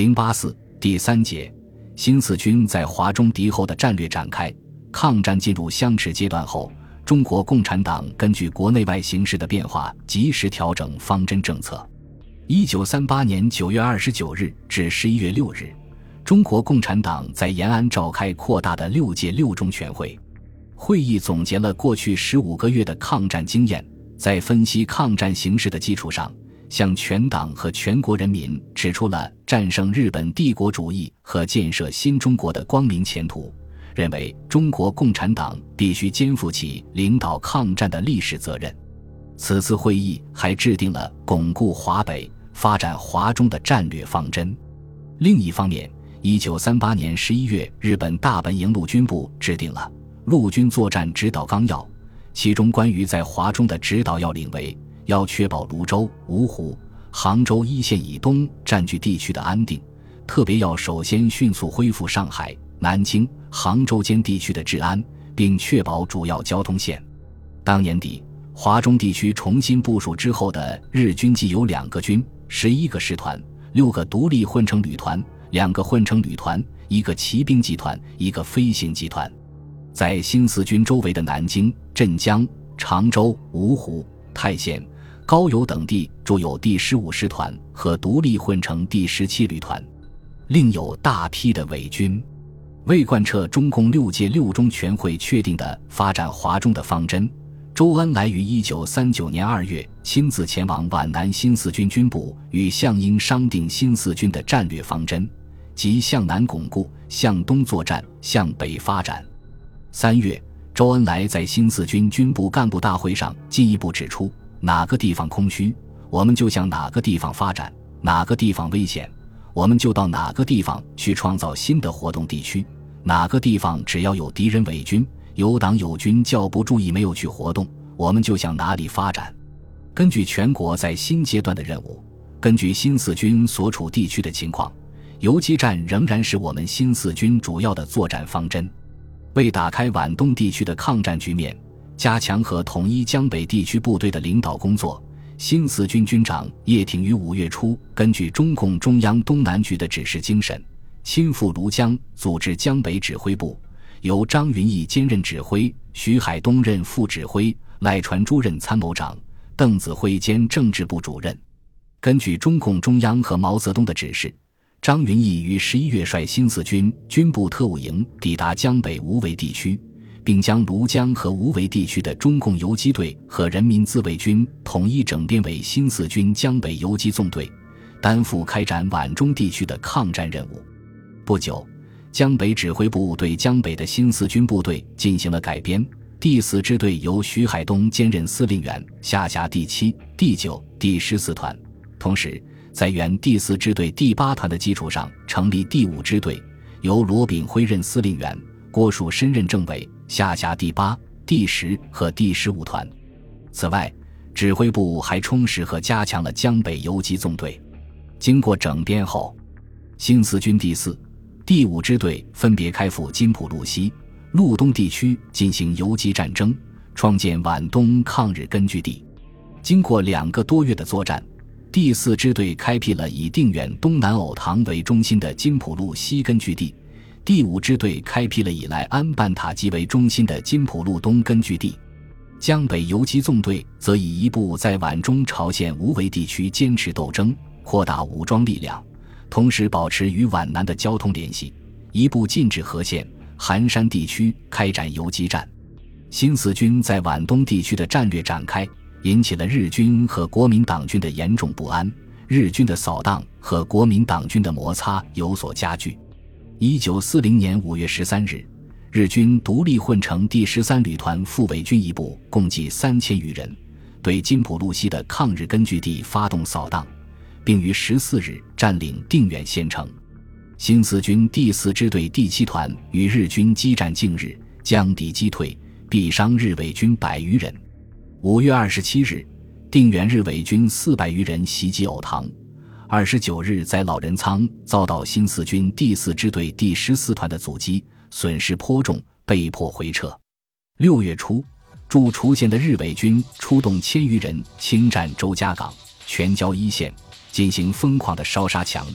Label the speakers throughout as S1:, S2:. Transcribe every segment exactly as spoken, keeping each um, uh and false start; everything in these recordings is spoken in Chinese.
S1: 零八四第三节，新四军在华中敌后的战略展开。抗战进入相持阶段后，中国共产党根据国内外形势的变化，及时调整方针政策。一九三八年九月二十九日至十一月六日，中国共产党在延安召开扩大的六届六中全会。会议总结了过去十五个月的抗战经验，在分析抗战形势的基础上，向全党和全国人民指出了战胜日本帝国主义和建设新中国的光明前途，认为中国共产党必须肩负起领导抗战的历史责任。此次会议还制定了巩固华北、发展华中的战略方针。另一方面，一九三八年十一月，日本大本营陆军部制定了陆军作战指导纲要，其中关于在华中的指导要领为：要确保泸州、芜湖、杭州一线以东占据地区的安定，特别要首先迅速恢复上海、南京、杭州间地区的治安，并确保主要交通线。当年底，华中地区重新部署之后的日军既有两个军、十一个师团、六个独立混成旅团、两个混成旅团、一个骑兵集团、一个飞行集团。在新四军周围的南京、镇江、常州、芜湖、泰县、高邮等地驻有第十五师团和独立混成第十七旅团，另有大批的伪军。为贯彻中共六届六中全会确定的发展华中的方针，周恩来于一九三九年二月亲自前往皖南新四军军部，与项英商定新四军的战略方针，即向南巩固、向东作战、向北发展。三月，周恩来在新四军军部干部大会上进一步指出，哪个地方空虚，我们就向哪个地方发展；哪个地方危险，我们就到哪个地方去创造新的活动地区；哪个地方只要有敌人伪军，有党有军较不注意没有去活动，我们就向哪里发展。根据全国在新阶段的任务，根据新四军所处地区的情况，游击战仍然是我们新四军主要的作战方针。为打开皖东地区的抗战局面，加强和统一江北地区部队的领导工作，新四军军长叶挺于五月初根据中共中央东南局的指示精神，亲赴庐江，组织江北指挥部，由张云逸兼任指挥，徐海东任副指挥，赖传珠任参谋长，邓子恢兼政治部主任。根据中共中央和毛泽东的指示，张云逸于十一月率新四军军部特务营抵达江北无为地区，并将庐江和无为地区的中共游击队和人民自卫军统一整编为新四军江北游击纵队，担负开展皖中地区的抗战任务。不久，江北指挥部对江北的新四军部队进行了改编，第四支队由徐海东兼任司令员，下辖第七、第九、第十四团。同时，在原第四支队第八团的基础上成立第五支队，由罗炳辉任司令员，郭树深任政委，下辖第八、第十和第十五团。此外，指挥部还充实和加强了江北游击纵队。经过整编后，新四军第四、第五支队分别开赴金浦路西、路东地区进行游击战争，创建皖东抗日根据地。经过两个多月的作战，第四支队开辟了以定远东南藕塘为中心的金浦路西根据地，第五支队开辟了以来安半塔基为中心的金浦路东根据地。江北游击纵队则以一部在皖中朝鲜无为地区坚持斗争，扩大武装力量，同时保持与皖南的交通联系，一部进至和县、含山地区开展游击战。新四军在皖东地区的战略展开，引起了日军和国民党军的严重不安，日军的扫荡和国民党军的摩擦有所加剧。一九四零年五月十三日，日军独立混成第十三旅团副伪军一部共计三千余人，对金浦路西的抗日根据地发动扫荡，并于十四日占领定远县城。新四军第四支队第七团与日军激战近日，将敌击退，毙伤日伪军百余人。五月二十七日，定远日伪军四百余人袭击藕塘。二十九日，在老人仓遭到新四军第四支队第十四团的阻击，损失颇重，被迫回撤。六月初，驻滁县的日伪军出动千余人侵占周家港、全椒一线，进行疯狂的烧杀抢掠，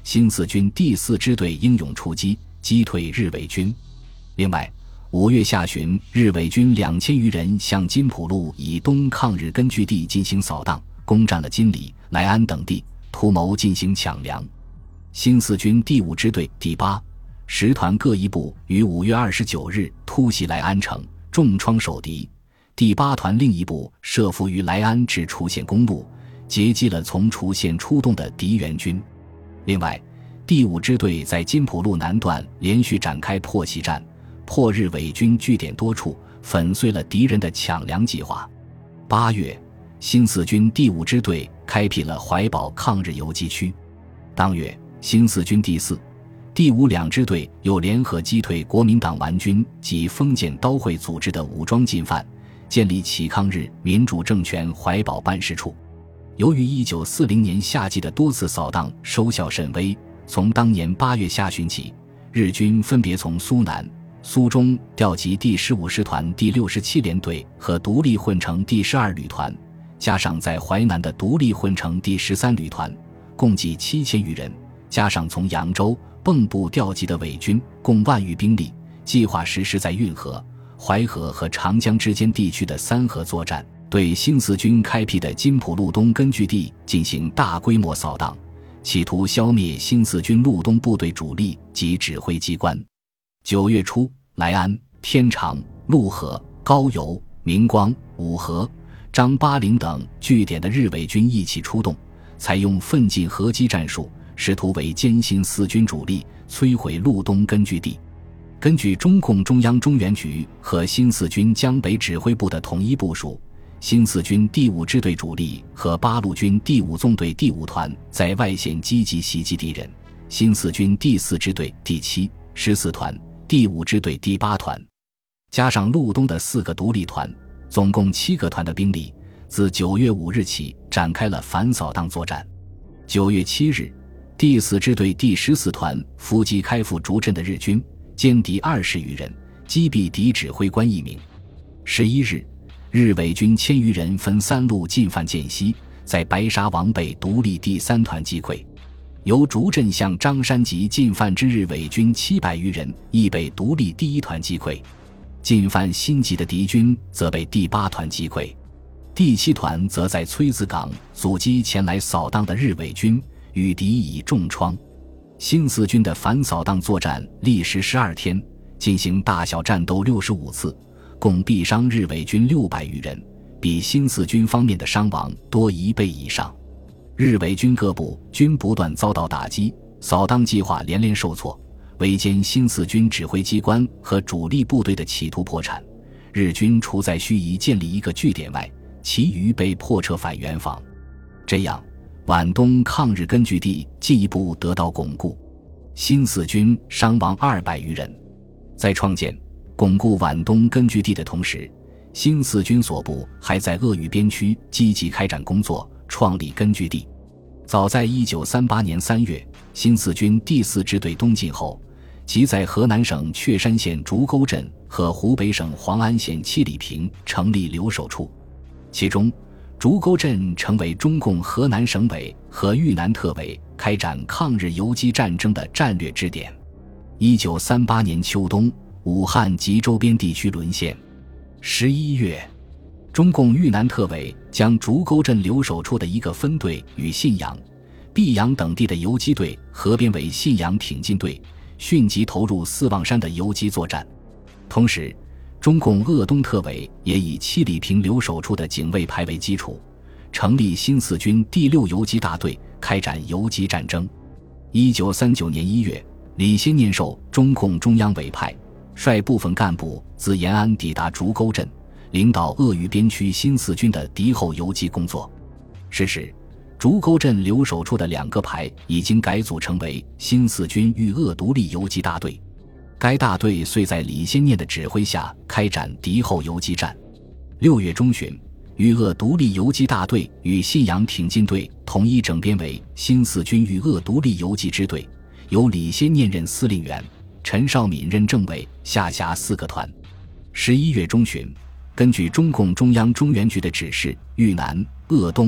S1: 新四军第四支队英勇出击，击退日伪军。另外，五月下旬，日伪军两千余人向金浦路以东抗日根据地进行扫荡，攻占了金里、莱安等地，图谋进行抢粮。新四军第五支队第八、十团各一部于五月二十九日突袭莱安城，重创守敌。第八团另一部设伏于莱安至楚县公路，截击了从楚县出动的敌援军。另外，第五支队在金浦路南段连续展开破袭战，破日伪军据点多处，粉碎了敌人的抢粮计划。八月，新四军第五支队开辟了怀堡抗日游击区。当月，新四军第四、第五两支队又联合击退国民党顽军及封建刀会组织的武装进犯，建立起抗日民主政权怀堡办事处。由于一九四零年夏季的多次扫荡收效甚微，从当年八月下旬起，日军分别从苏南、苏中调集第十五师团第六十七联队和独立混成第十二旅团，加上在淮南的独立混成第十三旅团，共计七千余人，加上从扬州、蚌埠调集的伪军，共万余兵力，计划实施在运河、淮河和长江之间地区的三河作战，对新四军开辟的金浦路东根据地进行大规模扫荡，企图消灭新四军路东部队主力及指挥机关。九月初，莱安、天长、陆河、高邮、明光、五河、张八岭等据点的日伪军一起出动，采用奋进合击战术，试图围歼新四军主力，摧毁路东根据地。根据中共中央中原局和新四军江北指挥部的统一部署，新四军第五支队主力和八路军第五纵队第五团在外线积极袭击敌人，新四军第四支队第七、十四团、第五支队第八团，加上路东的四个独立团，总共七个团的兵力，自九月五日起展开了反扫荡作战。九月七日，第四支队第十四团伏击开赴竹镇的日军，歼敌二十余人，击毙敌指挥官一名。十一日，日伪军千余人分三路进犯涧西，在白沙王被独立第三团击溃。由竹镇向张山集进犯之日伪军七百余人亦被独立第一团击溃。进犯新集的敌军则被第八团击溃。第七团则在崔子港阻击前来扫荡的日伪军，与敌以重创。新四军的反扫荡作战历时十二天，进行大小战斗六十五次，共毙伤日伪军六百余人，比新四军方面的伤亡多一倍以上。日伪军各部均不断遭到打击，扫荡计划连连受挫，围歼新四军指挥机关和主力部队的企图破产。日军除在盱眙建立一个据点外，其余被迫撤返原防。这样，皖东抗日根据地进一步得到巩固。新四军伤亡二百余人。在创建、巩固皖东根据地的同时，新四军所部还在鄂豫边区积极开展工作，创立根据地。早在一九三八年三月，新四军第四支队东进后，即在河南省确山县竹沟镇和湖北省黄安县七里坪成立留守处。其中，竹沟镇成为中共河南省委和豫南特委开展抗日游击战争的战略支点。一九三八年秋冬，武汉及周边地区沦陷。十一月，中共豫南特委将竹沟镇留守处的一个分队与信阳、泌阳等地的游击队合编为信阳挺进队，迅即投入四望山的游击作战。同时，中共鄂东特委也以七里坪留守处的警卫排为基础，成立新四军第六游击大队，开展游击战争。一九三九年一月，李先念受中共中央委派，率部分干部自延安抵达竹沟镇，领导鄂豫边区新四军的敌后游击工作。是时，竹沟镇留守处的两个排已经改组成为新四军豫鄂独立游击大队。该大队遂在李先念的指挥下开展敌后游击战。六月中旬，豫鄂独立游击大队与信阳挺进队统一整编为新四军豫鄂独立游击支队，由李先念任司令员，陈绍敏任政委，下辖四个团。十一月中旬，根据中共中央中原局的指示，豫南、鄂东、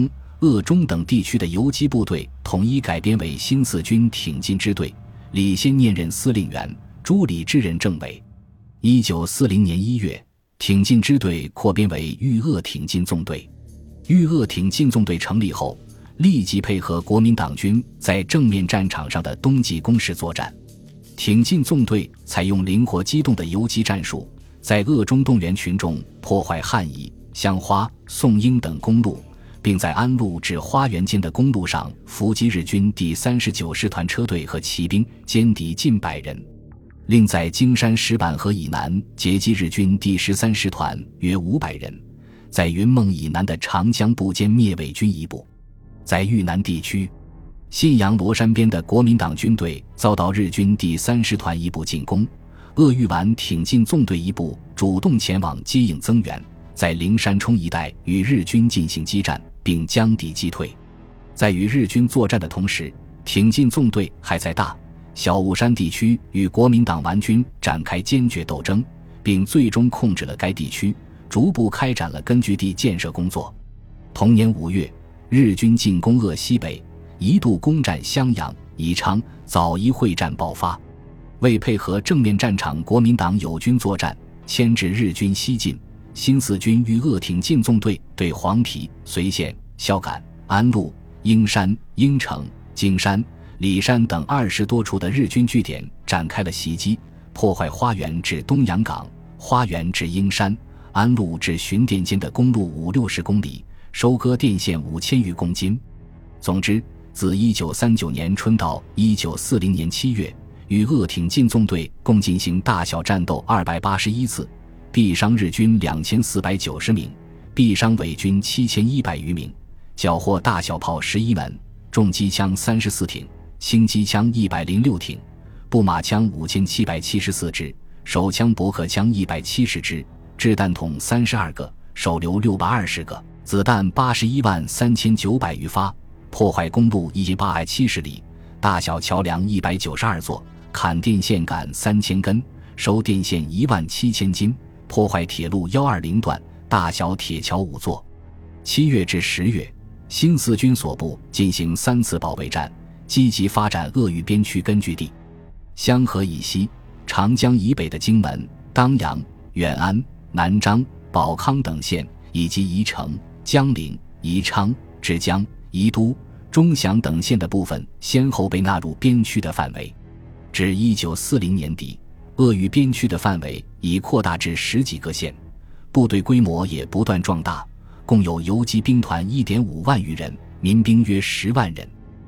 S1: 鄂中等地区的游击部队统一改编为新四军挺进支队，李先念任司令员，朱礼之任政委。一九四零年一月，挺进支队扩编为豫鄂挺进纵队。豫鄂挺进纵队成立后，立即配合国民党军在正面战场上的冬季攻势作战。挺进纵队采用灵活机动的游击战术，在鄂中动员群众破坏汉宜、香花、宋英等公路，并在安陆至花园间的公路上伏击日军第三十九师团车队和骑兵，歼敌近百人。另在京山石板河以南截击日军第十三师团约五百人，在云梦以南的长江部歼灭伪军一部。在豫南地区，信阳罗山边的国民党军队遭到日军第三师团一部进攻，鄂豫皖挺进纵队一部主动前往接应增援，在灵山冲一带与日军进行激战，并将敌击退。在与日军作战的同时，挺进纵队还在大小雾山地区与国民党顽军展开坚决斗争，并最终控制了该地区，逐步开展了根据地建设工作。同年五月，日军进攻鄂西北，一度攻占襄阳、宜昌，枣宜会战爆发。为配合正面战场国民党友军作战，牵制日军西进，新四军豫鄂挺进纵队对黄陂、随县、萧杆、安陆、英山、应城、京山、里山等二十多处的日军据点展开了袭击，破坏花园至东阳港、花园至英山、安陆至巡店间的公路五六十公里，收割电线五千余公斤。总之，自一九三九年春到一九四零年七月，与鄂挺进纵队共进行大小战斗二百八十一次，毙伤日军两千四百九十名，毙伤伪军七千一百余名，缴获大小炮十一门，重机枪三十四挺，轻机枪一百零六挺，步马枪五千七百七十四支，手枪驳壳枪一百七十支，掷弹筒三十二个，手榴六百二十个，子弹八十一万三千九百余发，破坏公路一千八百七十里，大小桥梁一百九十二座，砍电线杆三千根，收电线一万七千斤，破坏铁路一二零段，大小铁桥五座。七月至十月，新四军所部进行三次保卫战，积极发展鄂豫边区根据地。湘河以西、长江以北的荆门、当阳、远安、南漳、保康等县，以及宜城、江陵、宜昌、芷江、宜都、钟祥等县的部分先后被纳入边区的范围。至一九四零年底，鄂豫边区的范围已扩大至十几个县，部队规模也不断壮大，共有游击兵团 一点五万余人，民兵约十万人。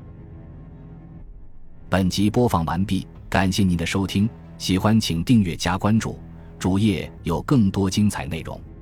S1: 本集播放完毕，感谢您的收听，喜欢请订阅加关注，主页有更多精彩内容。